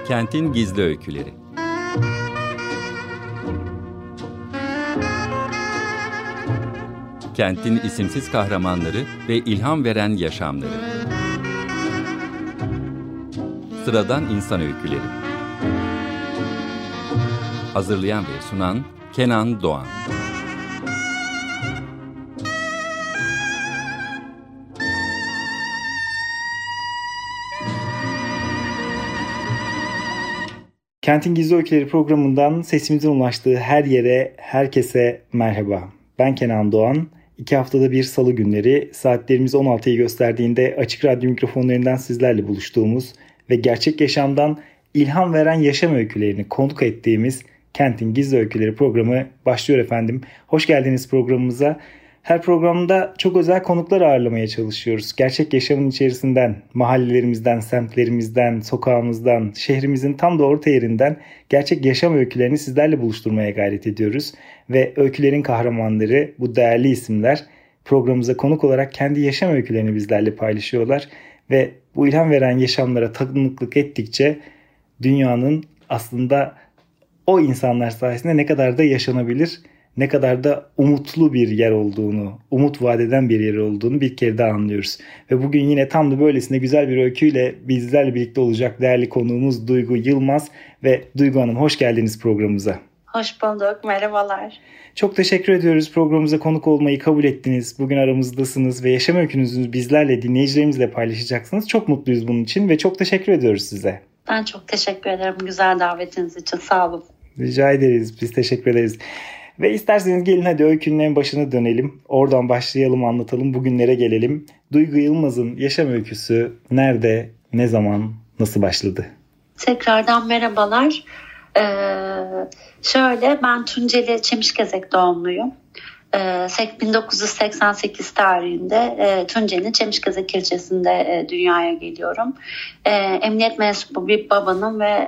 Kentin gizli öyküleri. Kentin isimsiz kahramanları ve ilham veren yaşamları. Sıradan insan öyküleri. Hazırlayan ve sunan Kenan Doğan. Kentin Gizli Öyküleri programından sesimizin ulaştığı her yere, herkese merhaba. Ben Kenan Doğan. 2 haftada bir salı günleri saatlerimiz 16'yı gösterdiğinde Açık Radyo mikrofonlarından sizlerle buluştuğumuz ve gerçek yaşamdan ilham veren yaşam öykülerini konuk ettiğimiz Kentin Gizli Öyküleri programı başlıyor efendim. Hoş geldiniz programımıza. Her programda çok özel konuklar ağırlamaya çalışıyoruz. Gerçek yaşamın içerisinden, mahallelerimizden, semtlerimizden, sokağımızdan, şehrimizin tam da orta yerinden gerçek yaşam öykülerini sizlerle buluşturmaya gayret ediyoruz. Ve öykülerin kahramanları, bu değerli isimler programımıza konuk olarak kendi yaşam öykülerini bizlerle paylaşıyorlar. Ve bu ilham veren yaşamlara tanıklık ettikçe dünyanın aslında o insanlar sayesinde ne kadar da yaşanabilir, ne kadar da umutlu bir yer olduğunu, umut vadeden bir yer olduğunu bir kere daha anlıyoruz. Ve bugün yine tam da böylesine güzel bir öyküyle bizlerle birlikte olacak değerli konuğumuz Duygu Yılmaz. Ve Duygu Hanım, hoş geldiniz programımıza. Hoş bulduk, merhabalar. Çok teşekkür ediyoruz, programımıza konuk olmayı kabul ettiniz. Bugün aramızdasınız ve yaşam öykünüzü bizlerle, dinleyicilerimizle paylaşacaksınız. Çok mutluyuz bunun için ve çok teşekkür ediyoruz size. Ben çok teşekkür ederim güzel davetiniz için, sağ olun. Rica ederiz, biz teşekkür ederiz. Ve isterseniz gelin hadi öykünün en başına dönelim. Oradan başlayalım, anlatalım, bugünlere gelelim. Duygu Yılmaz'ın yaşam öyküsü nerede, ne zaman, nasıl başladı? Tekrardan merhabalar. Şöyle, ben Tunceli Çemişgezek doğumluyum. 1988 tarihinde Tunceli'nin Çemişgezek ilçesinde dünyaya geliyorum. Emniyet mensubu bir babanın ve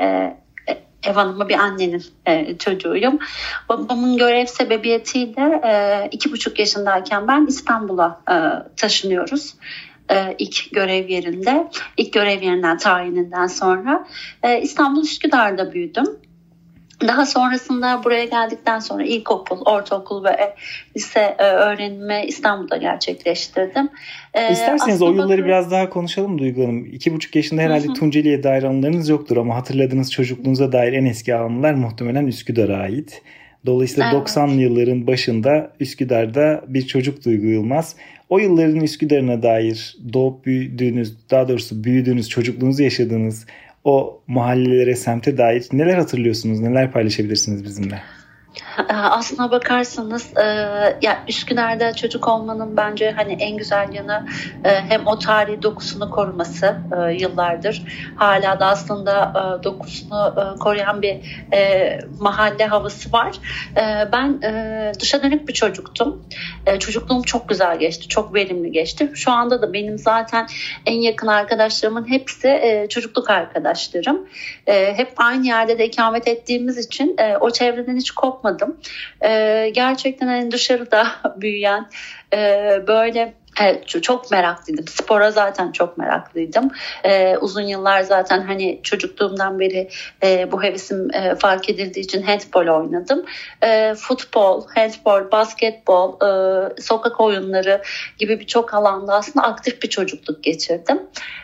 ev hanımı bir annenin çocuğuyum. Babamın görev sebebiyetiyle 2,5 yaşındayken ben İstanbul'a taşınıyoruz. İlk görev yerinde, ilk görev yerinden tayininden sonra İstanbul Üsküdar'da büyüdüm. Daha sonrasında buraya geldikten sonra ilkokul, ortaokul ve lise öğrenimi İstanbul'da gerçekleştirdim. İsterseniz o yılları biraz daha konuşalım Duygu Hanım. 2,5 yaşında herhalde Tunceli'ye dair anılarınız yoktur ama hatırladığınız çocukluğunuza dair en eski anılar muhtemelen Üsküdar'a ait. Dolayısıyla evet. 90'lı yılların başında Üsküdar'da bir çocuk Duygu Yılmaz. O yılların Üsküdar'ına dair doğup büyüdüğünüz, daha doğrusu büyüdüğünüz, çocukluğunuzu yaşadığınız o mahallelere, semte dair neler hatırlıyorsunuz, neler paylaşabilirsiniz bizimle? Aslına bakarsanız ya Üsküdar'da çocuk olmanın bence hani en güzel yanı hem o tarihi dokusunu koruması yıllardır. Hala da aslında dokusunu koruyan bir mahalle havası var. Ben dışa dönük bir çocuktum. Çocukluğum çok güzel geçti, çok verimli geçti. Şu anda da benim zaten en yakın arkadaşlarımın hepsi çocukluk arkadaşlarım. Hep aynı yerde de ikamet ettiğimiz için o çevreden hiç kopmadım. Gerçekten hani dışarıda büyüyen böyle çok meraklıydım. Spora zaten çok meraklıydım. Uzun yıllar zaten hani çocukluğumdan beri bu hevesim fark edildiği için handbol oynadım. Futbol, handbol, basketbol, sokak oyunları gibi birçok alanda aslında aktif bir çocukluk geçirdim.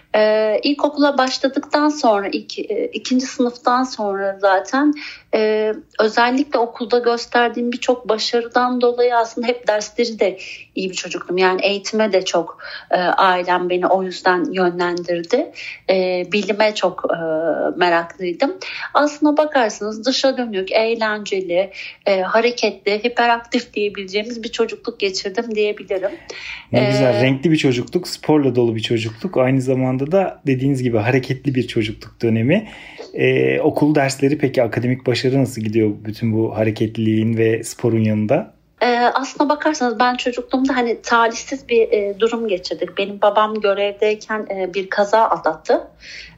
İlkokula başladıktan sonra ikinci sınıftan sonra zaten özellikle okulda gösterdiğim birçok başarıdan dolayı aslında hep dersleri de iyi bir çocuktum. Yani eğitime de çok ailem beni o yüzden yönlendirdi. Bilime çok meraklıydım. Aslına bakarsanız dışa dönük, eğlenceli, hareketli, hiperaktif diyebileceğimiz bir çocukluk geçirdim diyebilirim. Ne güzel, renkli bir çocukluk, sporla dolu bir çocukluk. Aynı zamanda da dediğiniz gibi hareketli bir çocukluk dönemi. Okul dersleri peki, akademik başarı nasıl gidiyor bütün bu hareketliliğin ve sporun yanında? Aslına bakarsanız ben çocukluğumda hani talihsiz bir durum geçirdik. Benim babam görevdeyken bir kaza atlattı.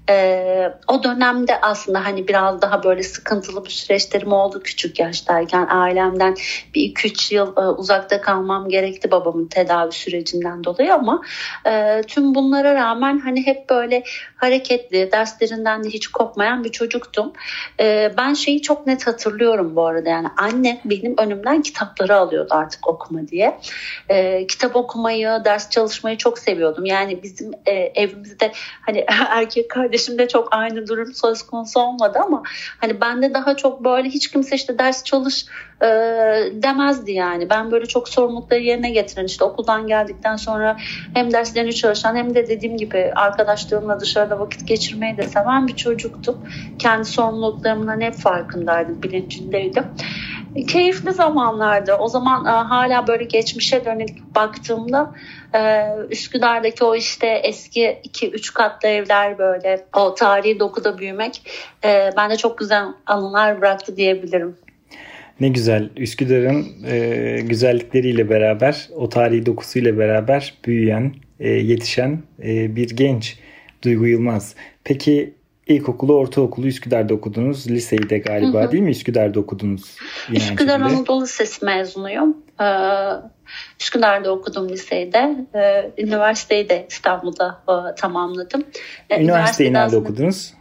O dönemde aslında hani biraz daha böyle sıkıntılı bir süreçlerim oldu küçük yaştayken. Ailemden bir 2-3 yıl uzakta kalmam gerekti babamın tedavi sürecinden dolayı ama tüm bunlara rağmen hani hep böyle hareketli, derslerinden de hiç kopmayan bir çocuktum. Ben şeyi çok net hatırlıyorum bu arada, yani annem benim önümden kitapları alıyordu artık okuma diye. Kitap okumayı, ders çalışmayı çok seviyordum. Yani bizim evimizde hani erkek kardeşimde çok aynı durum söz konusu olmadı ama hani bende daha çok böyle hiç kimse işte ders çalış demezdi yani. Ben böyle çok sorumlulukları yerine getiren, işte okuldan geldikten sonra hem derslerini çalışan hem de dediğim gibi arkadaşlarımla dışarıda vakit geçirmeyi de seven bir çocuktum. Kendi sorumluluklarımdan hep farkındaydım, bilincindeydim. Keyifli zamanlardı. O zaman hala böyle geçmişe dönük baktığımda Üsküdar'daki o işte eski 2-3 katlı evler, böyle o tarihi dokuda büyümek bende çok güzel anılar bıraktı diyebilirim. Ne güzel. Üsküdar'ın güzellikleriyle beraber, o tarihi dokusuyla beraber büyüyen, yetişen bir genç Duygu Yılmaz. Peki ilkokulu, ortaokulu Üsküdar'da okudunuz. Liseyi de galiba değil mi Üsküdar'da okudunuz? Üsküdar Anadolu Lisesi mezunuyum. Üsküdar'da okudum liseyi de. Üniversiteyi de İstanbul'da tamamladım. Üniversiteyi nerede okudunuz?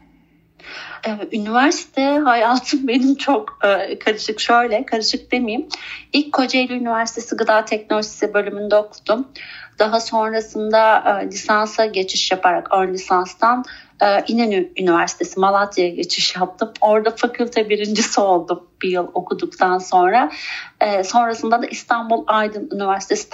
Üniversite hayatım benim çok karışık. Şöyle karışık demeyeyim. İlk Kocaeli Üniversitesi Gıda Teknolojisi bölümünde okudum. Daha sonrasında lisansa geçiş yaparak ön lisanstan İnönü Üniversitesi Malatya'ya geçiş yaptım. Orada fakülte birincisi oldum bir yıl okuduktan sonra. Sonrasında da İstanbul Aydın Üniversitesi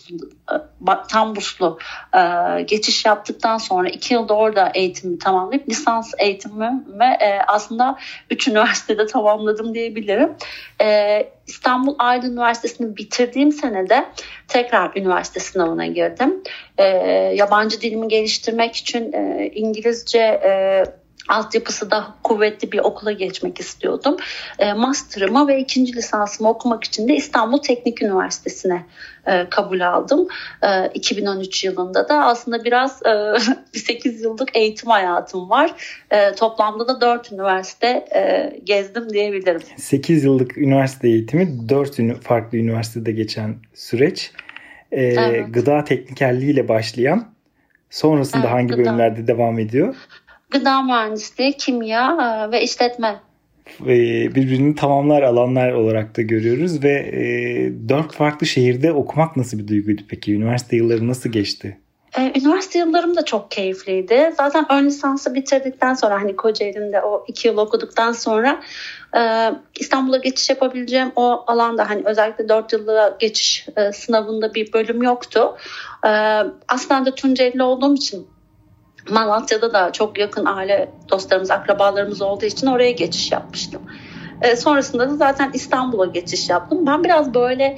tam burslu geçiş yaptıktan sonra 2 yılda orada eğitimimi tamamlayıp lisans eğitimimi aslında 3 üniversitede tamamladım diyebilirim. İstanbul Aydın Üniversitesi'ni bitirdiğim senede tekrar üniversite sınavına girdim. Yabancı dilimi geliştirmek için İngilizce altyapısı daha kuvvetli bir okula geçmek istiyordum. Master'ımı ve 2. lisansımı okumak için de İstanbul Teknik Üniversitesi'ne kabul aldım. 2013 yılında da aslında biraz 8 yıllık eğitim hayatım var. Toplamda da 4 üniversite gezdim diyebilirim. 8 yıllık üniversite eğitimi, 4 farklı üniversitede geçen süreç. Evet. Gıda teknikerliği ile başlayan, sonrasında evet, hangi bölümlerde devam ediyor? Gıda mühendisliği, kimya ve işletme. Birbirini tamamlar alanlar olarak da görüyoruz ve 4 farklı şehirde okumak nasıl bir duyguydu peki? Üniversite yılları nasıl geçti? Üniversite yıllarım da çok keyifliydi. Zaten ön lisansı bitirdikten sonra hani Kocaeli'nde o 2 yıl okuduktan sonra İstanbul'a geçiş yapabileceğim o alanda hani özellikle 4 yıllığa geçiş sınavında bir bölüm yoktu. Aslında Tunceli olduğum için Malatya'da da çok yakın aile dostlarımız, akrabalarımız olduğu için oraya geçiş yapmıştım. Sonrasında da zaten İstanbul'a geçiş yaptım. Ben biraz böyle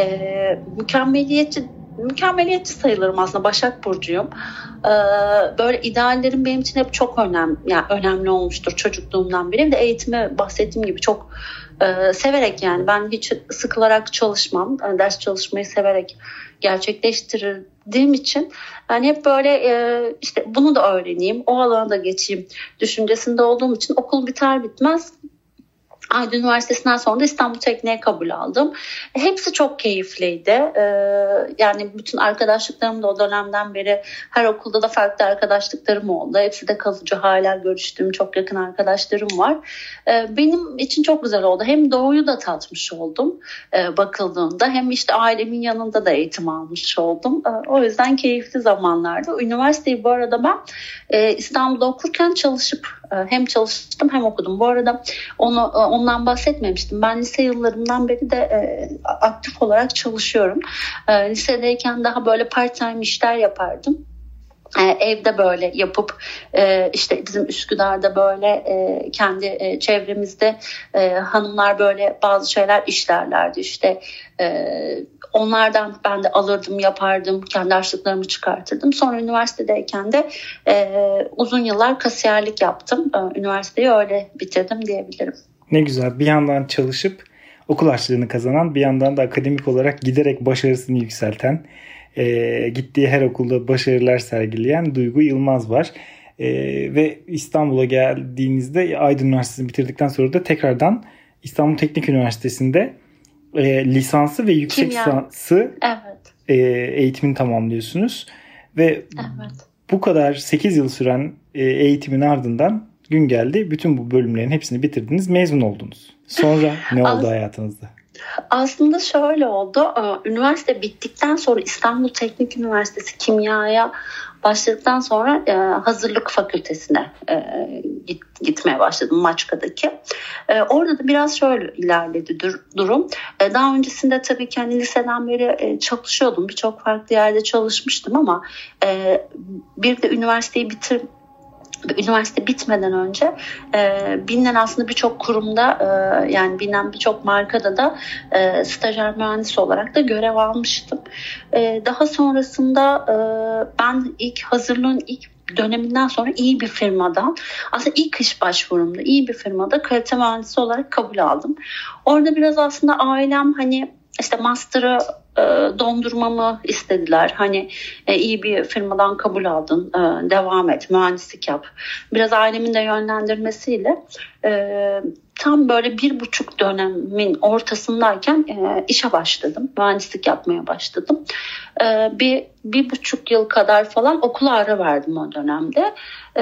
mükemmeliyetçi sayılırım aslında. Başak Burcu'yum. Böyle ideallerim benim için hep çok önemli olmuştur çocukluğumdan beri. De eğitimi bahsettiğim gibi çok severek, yani ben hiç sıkılarak çalışmam. Ders çalışmayı severek gerçekleştirdiğim için yani hep böyle işte bunu da öğreneyim, o alana da geçeyim düşüncesinde olduğum için okul biter bitmez Aydın Üniversitesi'nden sonra da İstanbul Teknik'e kabul aldım. Hepsi çok keyifliydi. Yani bütün arkadaşlıklarım da o dönemden beri her okulda da farklı arkadaşlıklarım oldu. Hepsi de kalıcı, hala görüştüğüm çok yakın arkadaşlarım var. Benim için çok güzel oldu. Hem doğuyu da tatmış oldum bakıldığında, hem işte ailemin yanında da eğitim almış oldum. O yüzden keyifli zamanlardı. Üniversiteyi bu arada ben İstanbul'da okurken hem çalıştım hem okudum. Bu arada ondan bahsetmemiştim. Ben lise yıllarımdan beri de aktif olarak çalışıyorum. Lisedeyken daha böyle part-time işler yapardım. Evde böyle yapıp işte bizim Üsküdar'da böyle kendi çevremizde hanımlar böyle bazı şeyler işlerlerdi. İşte onlardan ben de alırdım, yapardım, kendi harçlıklarımı çıkartırdım. Sonra üniversitedeyken de uzun yıllar kasiyerlik yaptım. Üniversiteyi öyle bitirdim diyebilirim. Ne güzel. Bir yandan çalışıp okul harçlığını kazanan, bir yandan da akademik olarak giderek başarısını yükselten, gittiği her okulda başarılar sergileyen Duygu Yılmaz var. Ve İstanbul'a geldiğinizde Aydın Üniversitesi'ni bitirdikten sonra da tekrardan İstanbul Teknik Üniversitesi'nde lisansı ve yüksek lisansı eğitimini tamamlıyorsunuz. Ve bu kadar 8 yıl süren eğitimin ardından gün geldi. Bütün bu bölümlerin hepsini bitirdiniz, mezun oldunuz. Sonra ne oldu hayatınızda? Aslında şöyle oldu. Üniversite bittikten sonra İstanbul Teknik Üniversitesi kimyaya başladıktan sonra hazırlık fakültesine gitmeye başladım Maçka'daki. Orada da biraz şöyle ilerledi durum. Daha öncesinde tabii ki hani liseden beri çalışıyordum. Birçok farklı yerde çalışmıştım ama bir de üniversite bitmeden önce bilinen aslında birçok kurumda yani bilinen birçok markada da stajyer mühendis olarak da görev almıştım. Daha sonrasında ben hazırlığın ilk döneminden sonra iyi bir firmadan, aslında ilk iş başvurumda iyi bir firmada kalite mühendisi olarak kabul aldım. Orada biraz aslında ailem hani işte master'ı dondurmamı istediler. Hani iyi bir firmadan kabul aldın, devam et, mühendislik yap. Biraz ailemin de yönlendirmesiyle tam böyle 1,5 dönemin ortasındayken işe başladım. Mühendislik yapmaya başladım. Bir 1,5 yıl kadar falan okula ara verdim o dönemde.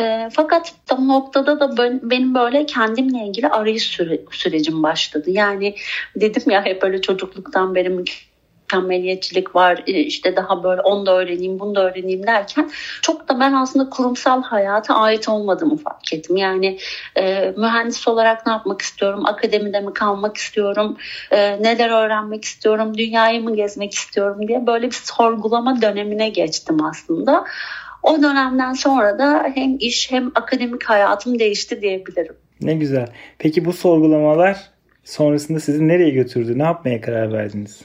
Fakat tam noktada da benim böyle kendimle ilgili arayış sürecim başladı. Yani dedim ya hep böyle çocukluktan beri mükemmeliyetçilik var, işte daha böyle onu da öğreneyim bunu da öğreneyim derken çok da ben aslında kurumsal hayata ait olmadığımı fark ettim. Yani mühendis olarak ne yapmak istiyorum, akademide mi kalmak istiyorum, neler öğrenmek istiyorum, dünyayı mı gezmek istiyorum diye böyle bir sorgulama dönemine geçtim aslında. O dönemden sonra da hem iş hem akademik hayatım değişti diyebilirim. Ne güzel. Peki bu sorgulamalar sonrasında sizi nereye götürdü? Ne yapmaya karar verdiniz?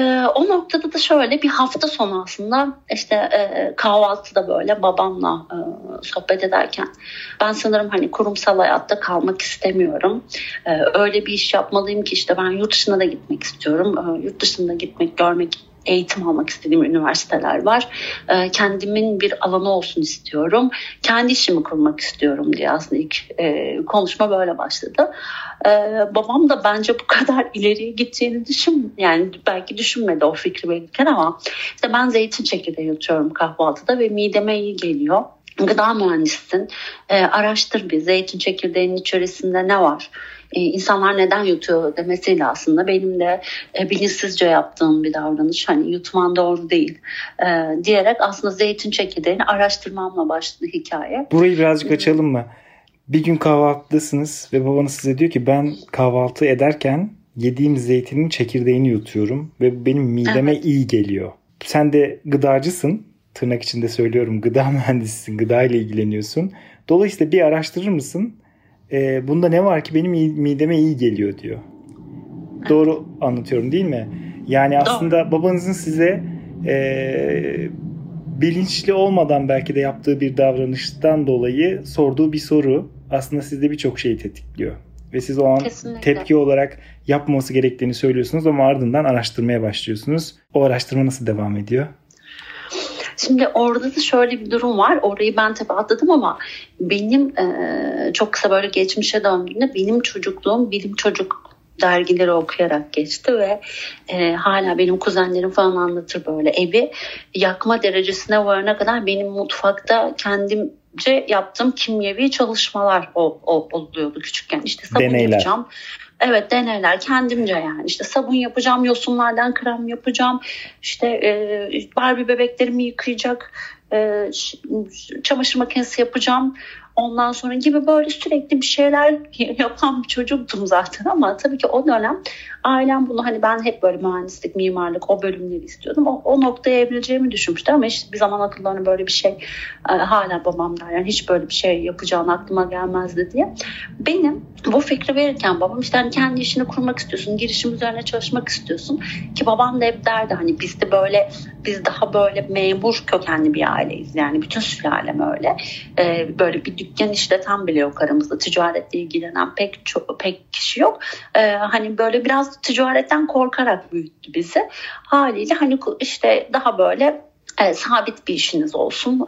O noktada da şöyle bir hafta sonu aslında işte kahvaltıda böyle babamla sohbet ederken ben sanırım hani kurumsal hayatta kalmak istemiyorum. Öyle bir iş yapmalıyım ki işte ben yurt dışına da gitmek istiyorum. Yurt dışında gitmek, görmek, eğitim almak istediğim üniversiteler var. Kendimin bir alanı olsun istiyorum. Kendi işimi kurmak istiyorum diye aslında ilk konuşma böyle başladı. Babam da bence bu kadar ileriye gideceğini yani belki düşünmedi o fikri verirken ama işte ben zeytin çekirdeği yutuyorum kahvaltıda ve mideme iyi geliyor. Gıda mühendisisin. Araştır bir zeytin çekirdeğinin içerisinde ne var? İnsanlar neden yutuyor demesiyle aslında benim de bilinçsizce yaptığım bir davranış. Hani yutman doğru değil diyerek aslında zeytin çekirdeğini araştırmamla başladı hikaye. Burayı birazcık açalım mı? Bir gün kahvaltıdasınız ve babanız size diyor ki ben kahvaltı ederken yediğim zeytinin çekirdeğini yutuyorum ve benim mideme iyi geliyor. Sen de gıdacısın. Tırnak içinde söylüyorum, gıda mühendisisin, gıda ile ilgileniyorsun. Dolayısıyla bir araştırır mısın? Bunda ne var ki benim mideme iyi geliyor diyor. Doğru anlatıyorum değil mi? Yani aslında babanızın size bilinçli olmadan belki de yaptığı bir davranıştan dolayı sorduğu bir soru aslında sizde birçok şeyi tetikliyor. Ve siz o an tepki olarak yapmaması gerektiğini söylüyorsunuz ama ardından araştırmaya başlıyorsunuz. O araştırma nasıl devam ediyor? Şimdi orada da şöyle bir durum var. Orayı ben tabii atladım ama benim çok kısa böyle geçmişe döndüğümde benim çocukluğum bilim çocuk dergileri okuyarak geçti ve hala benim kuzenlerim falan anlatır böyle evi yakma derecesine varana kadar benim mutfakta kendimce yaptığım kimyevi çalışmalar oluyordu küçükken. İşte sabun yapacağım. Evet, deneyler kendimce yani işte sabun yapacağım, yosunlardan krem yapacağım, işte Barbie bebeklerimi yıkayacak, çamaşır makinesi yapacağım. Ondan sonra gibi böyle sürekli bir şeyler yapan bir çocuktum zaten ama tabii ki o dönem ailem bunu hani ben hep böyle mühendislik, mimarlık o bölümleri istiyordum. O noktaya evrileceğimi düşünmüştü ama hiç bir zaman akıllarına böyle bir şey hala babam der yani hiç böyle bir şey yapacağın aklıma gelmezdi diye. Benim bu fikri verirken babam işte hani kendi işini kurmak istiyorsun, girişim üzerine çalışmak istiyorsun ki babam da hep derdi hani biz daha böyle memur kökenli bir aileyiz yani bütün sülalem öyle. Böyle bir dükkan işleten bile yok aramızda. Ticaretle ilgilenen pek kişi yok. Hani böyle biraz ticaretten korkarak büyüttü bizi. Haliyle hani işte daha böyle sabit bir işiniz olsun.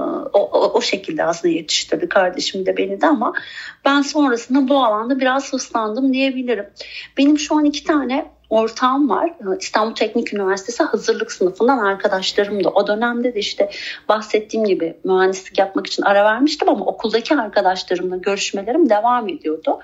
O şekilde aslında yetiştirdi kardeşim de beni de, ama ben sonrasında bu alanda biraz hırslandım diyebilirim. Benim şu an 2 tane ortağım var. İstanbul Teknik Üniversitesi hazırlık sınıfından arkadaşlarım da. O dönemde de işte bahsettiğim gibi mühendislik yapmak için ara vermiştim, ama okuldaki arkadaşlarımla görüşmelerim devam ediyordu.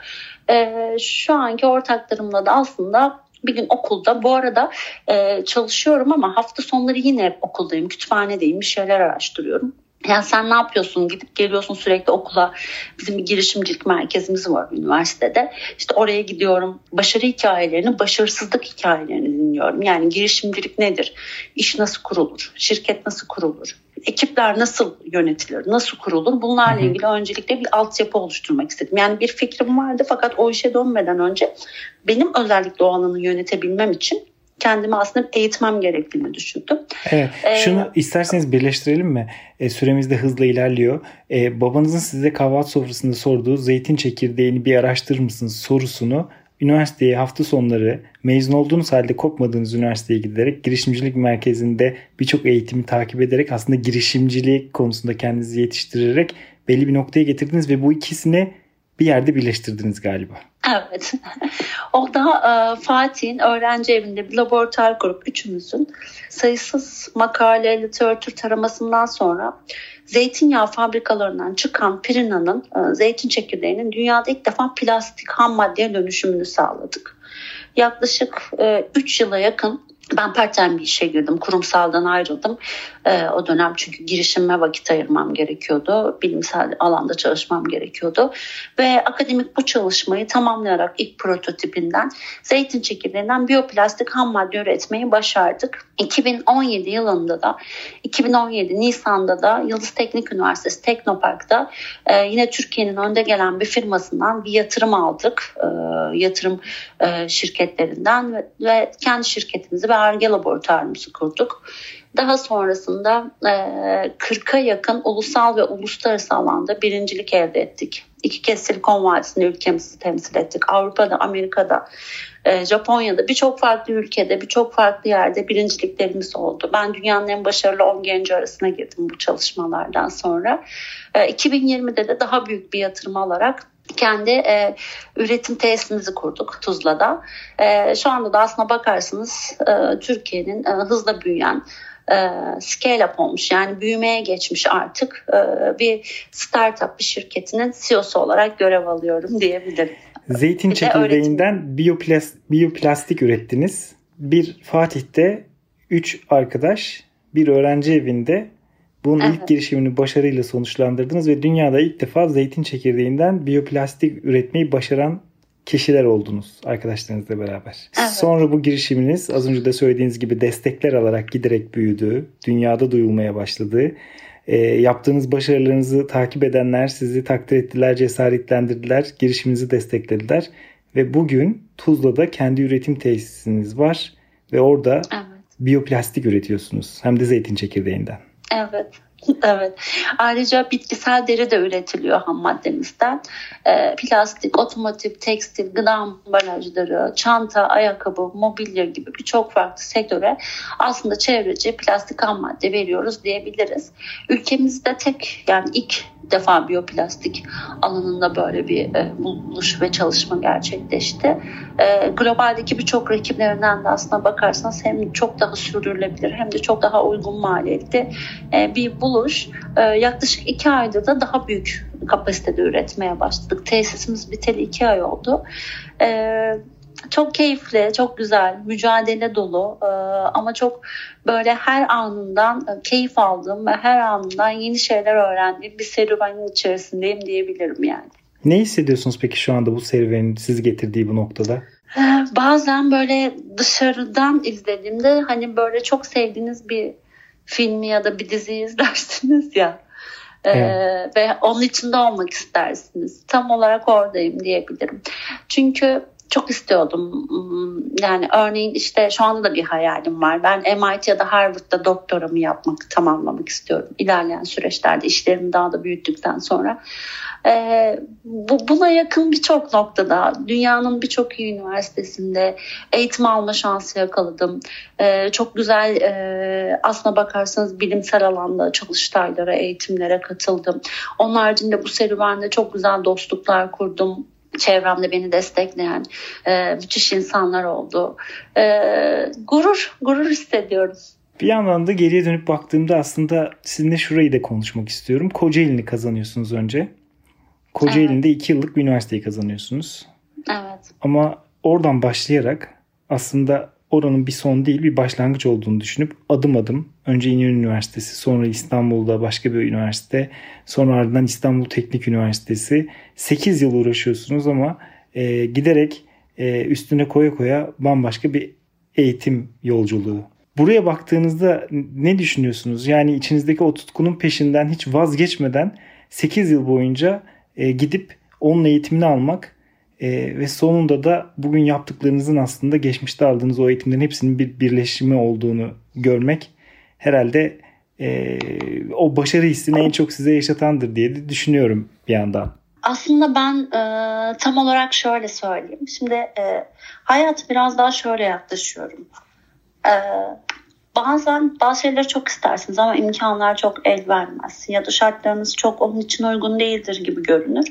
Şu anki ortaklarımla da aslında bir gün okulda, bu arada çalışıyorum ama hafta sonları yine hep okuldayım, kütüphanedeyim, bir şeyler araştırıyorum. Yani sen ne yapıyorsun? Gidip geliyorsun sürekli okula. Bizim bir girişimcilik merkezimiz var üniversitede. İşte oraya gidiyorum. Başarı hikayelerini, başarısızlık hikayelerini dinliyorum. Yani girişimcilik nedir? İş nasıl kurulur? Şirket nasıl kurulur? Ekipler nasıl yönetilir? Nasıl kurulur? Bunlarla ilgili öncelikle bir altyapı oluşturmak istedim. Yani bir fikrim vardı, fakat o işe dönmeden önce benim özellikle o alanı yönetebilmem için kendimi aslında eğitmem gerektiğini düşündüm. Evet. Şunu isterseniz birleştirelim mi? Süremiz de hızla ilerliyor. Babanızın size kahvaltı sofrasında sorduğu zeytin çekirdeğini bir araştırır mısınız sorusunu üniversiteye hafta sonları mezun olduğunuz halde kopmadığınız üniversiteye giderek girişimcilik merkezinde birçok eğitimi takip ederek aslında girişimcilik konusunda kendinizi yetiştirerek belli bir noktaya getirdiniz ve bu ikisini bir yerde birleştirdiniz galiba. Evet. O da Fatih'in öğrenci evinde bir laboratuvar kurup üçümüzün sayısız makale, literatür taramasından sonra zeytinyağı fabrikalarından çıkan Pirina'nın zeytin çekirdeğinin dünyada ilk defa plastik ham maddeye dönüşümünü sağladık. Yaklaşık 3 yıla yakın ben part-time bir işe girdim. Kurumsaldan ayrıldım. O dönem çünkü girişime vakit ayırmam gerekiyordu. Bilimsel alanda çalışmam gerekiyordu. Ve akademik bu çalışmayı tamamlayarak ilk prototipinden zeytin çekirdeğinden biyoplastik ham madde üretmeyi başardık. 2017 yılında da 2017 Nisan'da da Yıldız Teknik Üniversitesi Teknopark'ta yine Türkiye'nin önde gelen bir firmasından bir yatırım aldık. Yatırım şirketlerinden ve kendi şirketimizi ve Ar-Ge laboratuvarımızı kurduk. Daha sonrasında 40'a yakın ulusal ve uluslararası alanda birincilik elde ettik. 2 kez Silikon Vadisi'nde ülkemizi temsil ettik. Avrupa'da, Amerika'da, Japonya'da, birçok farklı ülkede, birçok farklı yerde birinciliklerimiz oldu. Ben dünyanın en başarılı 10 genci arasına girdim bu çalışmalardan sonra. 2020'de de daha büyük bir yatırım alarak kendi üretim tesisimizi kurduk Tuzla'da. Şu anda da aslına bakarsanız Türkiye'nin hızla büyüyen scale-up olmuş, yani büyümeye geçmiş artık bir startup bir şirketinin CEO'su olarak görev alıyorum diyebilirim. Zeytin çekirdeğinden biyoplastik ürettiniz. Bir Fatih'te 3 arkadaş bir öğrenci evinde bunun ilk girişimini başarıyla sonuçlandırdınız ve dünyada ilk defa zeytin çekirdeğinden biyoplastik üretmeyi başaran kişiler oldunuz arkadaşlarınızla beraber. Evet. Sonra bu girişiminiz az önce de söylediğiniz gibi destekler alarak giderek büyüdü. Dünyada duyulmaya başladı. Yaptığınız başarılarınızı takip edenler sizi takdir ettiler, cesaretlendirdiler, girişiminizi desteklediler. Ve bugün Tuzla'da kendi üretim tesisiniz var ve orada biyoplastik üretiyorsunuz. Hem de zeytin çekirdeğinden. Evet. Evet. Ayrıca bitkisel deri de üretiliyor ham maddemizden. Plastik, otomotiv, tekstil, gıda ambalajları, çanta, ayakkabı, mobilya gibi birçok farklı sektöre aslında çevreci plastik ham madde veriyoruz diyebiliriz. Ülkemizde ilk defa biyoplastik alanında böyle bir buluş ve çalışma gerçekleşti. Globaldeki birçok rakiplerinden de aslına bakarsanız hem çok daha sürdürülebilir hem de çok daha uygun maliyetli bir buluş. Yaklaşık 2 ayda da daha büyük kapasitede üretmeye başladık. Tesisimiz biteli 2 ay oldu. Çok keyifli, çok güzel, mücadele dolu ama çok böyle her anından keyif aldığım ve her anından yeni şeyler öğrendiğim bir serüvenin içerisindeyim diyebilirim yani. Ne hissediyorsunuz peki şu anda bu serüvenin sizi getirdiği bu noktada? Bazen böyle dışarıdan izlediğimde hani böyle çok sevdiğiniz bir filmi ya da bir diziyi izlersiniz ya. Ve onun içinde olmak istersiniz. Tam olarak oradayım diyebilirim. Çünkü Çok istiyordum. Yani örneğin işte şu anda da bir hayalim var. Ben MIT ya da Harvard'da doktoramı tamamlamak istiyorum. İlerleyen süreçlerde işlerimi daha da büyüttükten sonra. Buna yakın birçok noktada dünyanın birçok iyi üniversitesinde eğitim alma şansı yakaladım. Çok güzel aslına bakarsanız bilimsel alanda çalıştaylara, eğitimlere katıldım. Onun haricinde bu serüvende çok güzel dostluklar kurdum. Çevremde beni destekleyen müthiş insanlar oldu. Gurur hissediyorum. Bir yandan da geriye dönüp baktığımda aslında sizinle şurayı da konuşmak istiyorum. Kocaeli'ni kazanıyorsunuz önce. Kocaeli'nde evet. 2 yıllık bir üniversiteyi kazanıyorsunuz. Evet. Ama oradan başlayarak aslında oranın bir son değil bir başlangıç olduğunu düşünüp adım adım önce İnönü Üniversitesi, sonra İstanbul'da başka bir üniversite, sonra ardından İstanbul Teknik Üniversitesi 8 yıl uğraşıyorsunuz ama giderek üstüne koya koya bambaşka bir eğitim yolculuğu. Buraya baktığınızda ne düşünüyorsunuz? Yani içinizdeki o tutkunun peşinden hiç vazgeçmeden 8 yıl boyunca gidip onun eğitimini almak ve sonunda da bugün yaptıklarınızın aslında geçmişte aldığınız o eğitimlerin hepsinin bir birleşimi olduğunu görmek herhalde o başarı hissini en çok size yaşatandır diye de düşünüyorum bir yandan. Aslında ben tam olarak şöyle söyleyeyim. Şimdi hayat biraz daha şöyle yaklaşıyorum. Bazen bazı şeyleri çok istersiniz ama imkanlar çok el vermez. Ya da şartlarınız çok onun için uygun değildir gibi görünür.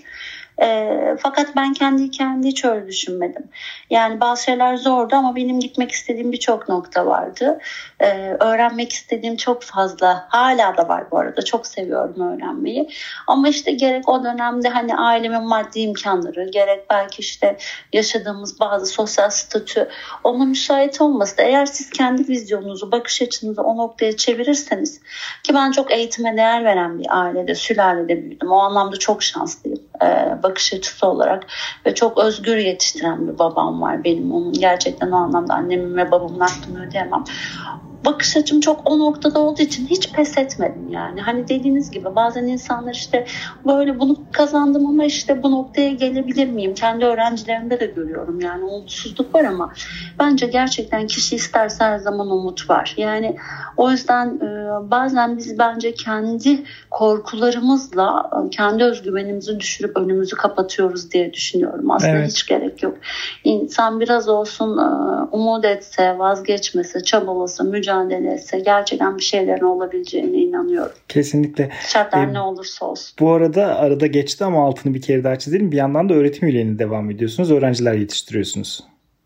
Fakat ben kendi hiç öyle düşünmedim. Yani bazı şeyler zordu ama benim gitmek istediğim birçok nokta vardı. Öğrenmek istediğim çok fazla. Hala da var bu arada. Çok seviyorum öğrenmeyi. Ama işte gerek o dönemde hani ailemin maddi imkanları, gerek belki işte yaşadığımız bazı sosyal statü ona müsait olması da eğer siz kendi vizyonunuzu, bakış açınızı o noktaya çevirirseniz ki ben çok eğitime değer veren bir ailede, sülalede büyüdüm. O anlamda çok şanslıyım. Bakış açısı olarak ve çok özgür yetiştiren bir babam var benim. Onun gerçekten o anlamda annemin ve babamın hakkını ödeyemem. Bakış açım çok o noktada olduğu için hiç pes etmedim yani. Hani dediğiniz gibi bazen insanlar işte böyle bunu kazandım ama işte bu noktaya gelebilir miyim? Kendi öğrencilerimde de görüyorum yani umutsuzluk var ama bence gerçekten kişi isterse her zaman umut var. Yani o yüzden bazen biz bence kendi korkularımızla kendi özgüvenimizi düşürüp önümüzü kapatıyoruz diye düşünüyorum. Aslında evet. Hiç gerek yok. İnsan biraz olsun umut etse, vazgeçmese, çabalasa, mücadele etse gerçekten bir şeylerin olabileceğine inanıyorum. Kesinlikle. Şartlar ne olursa olsun. Bu arada geçti ama altını bir kere daha çizelim. Bir yandan da öğretim üyeliğine devam ediyorsunuz. Öğrenciler yetiştiriyorsunuz.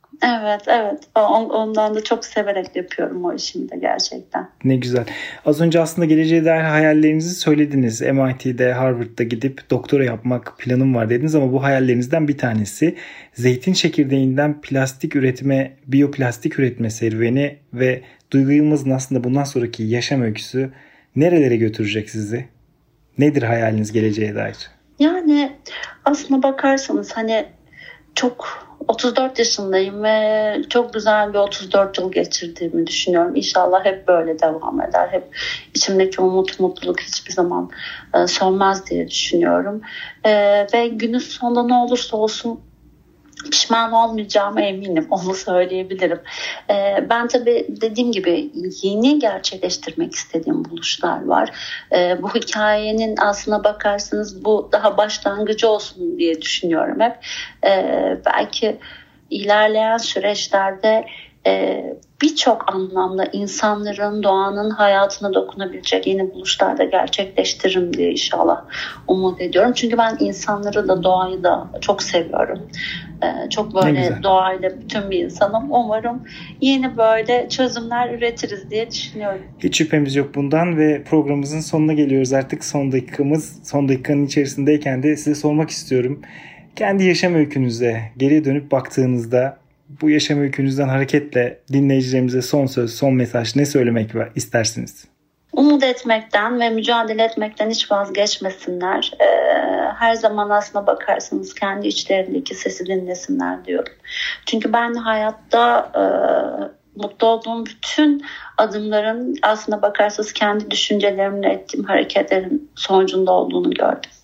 Evet. Ondan da çok severek yapıyorum o işimi de gerçekten. Ne güzel. Az önce aslında geleceğe dair hayallerinizi söylediniz. MIT'de, Harvard'da gidip doktora yapmak planım var dediniz ama bu hayallerinizden bir tanesi zeytin çekirdeğinden plastik üretme, biyoplastik üretme serüveni ve Duygu Yılmaz'ın aslında bundan sonraki yaşam öyküsü nerelere götürecek sizi? Nedir hayaliniz geleceğe dair? Yani aslına bakarsanız hani çok 34 yaşındayım ve çok güzel bir 34 yıl geçirdiğimi düşünüyorum. İnşallah hep böyle devam eder. Hep içimdeki mutluluk hiçbir zaman sönmez diye düşünüyorum. Ve günün sonunda ne olursa olsun pişman olmayacağıma eminim. Onu söyleyebilirim. Ben tabii dediğim gibi yeni gerçekleştirmek istediğim buluşlar var. Bu hikayenin aslına bakarsanız bu daha başlangıcı olsun diye düşünüyorum hep. Belki ilerleyen süreçlerde birçok anlamda insanların, doğanın hayatına dokunabilecek yeni buluşlar da gerçekleştiririm diye inşallah umut ediyorum. Çünkü ben insanları da doğayı da çok seviyorum. Çok böyle doğayla bütün bir insanım. Umarım yeni böyle çözümler üretiriz diye düşünüyorum. Hiç şüphemiz yok bundan ve programımızın sonuna geliyoruz artık. Son dakikanın içerisindeyken de size sormak istiyorum. Kendi yaşam öykünüze geriye dönüp baktığınızda bu yaşam öykünüzden hareketle dinleyicilerimize son söz, son mesaj ne söylemek istersiniz? Umut etmekten ve mücadele etmekten hiç vazgeçmesinler. Her zaman aslına bakarsanız kendi içlerindeki sesi dinlesinler diyorum. Çünkü ben hayatta mutlu olduğum bütün adımların aslına bakarsanız kendi düşüncelerimle ettiğim hareketlerin sonucunda olduğunu gördüm.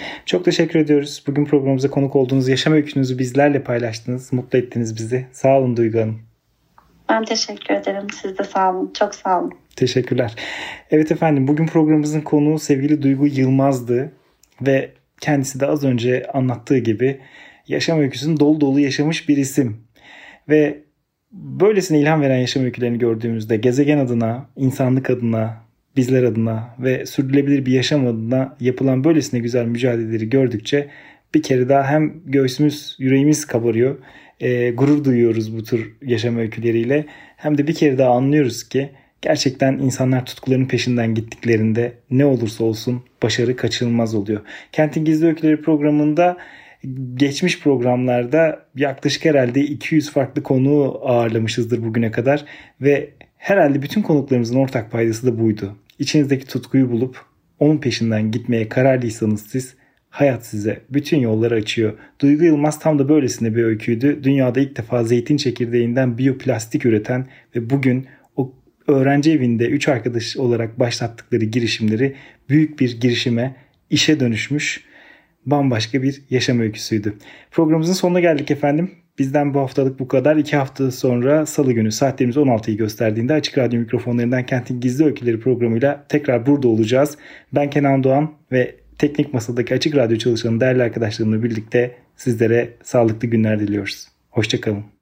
Çok teşekkür ediyoruz. Bugün programımıza konuk olduğunuz yaşam öykünüzü bizlerle paylaştınız. Mutlu ettiniz bizi. Sağ olun Duygu Hanım. Ben teşekkür ederim. Siz de sağ olun. Çok sağ olun. Teşekkürler. Evet efendim, bugün programımızın konuğu sevgili Duygu Yılmaz'dı. Ve kendisi de az önce anlattığı gibi yaşam öyküsünü dolu dolu yaşamış bir isim. Ve böylesine ilham veren yaşam öykülerini gördüğümüzde gezegen adına, insanlık adına, bizler adına ve sürdürülebilir bir yaşam adına yapılan böylesine güzel mücadeleleri gördükçe bir kere daha hem göğsümüz, yüreğimiz kabarıyor, gurur duyuyoruz bu tür yaşam öyküleriyle. Hem de bir kere daha anlıyoruz ki gerçekten insanlar tutkularının peşinden gittiklerinde ne olursa olsun başarı kaçınılmaz oluyor. Kentin Gizli Öyküleri programında geçmiş programlarda yaklaşık herhalde 200 farklı konuğu ağırlamışızdır bugüne kadar ve herhalde bütün konuklarımızın ortak paydası da buydu. İçinizdeki tutkuyu bulup onun peşinden gitmeye kararlıysanız siz, hayat size bütün yolları açıyor. Duygu Yılmaz tam da böylesine bir öyküydü. Dünyada ilk defa zeytin çekirdeğinden biyoplastik üreten ve bugün o öğrenci evinde 3 arkadaş olarak başlattıkları girişimleri büyük bir girişime, işe dönüşmüş bambaşka bir yaşam öyküsüydü. Programımızın sonuna geldik efendim. Bizden bu haftalık bu kadar. 2 hafta sonra Salı günü saatlerimiz 16'yı gösterdiğinde Açık Radyo mikrofonlarından Kentin Gizli Öyküleri programıyla tekrar burada olacağız. Ben Kenan Doğan ve Teknik Masa'daki Açık Radyo çalışanı değerli arkadaşlarımla birlikte sizlere sağlıklı günler diliyoruz. Hoşça kalın.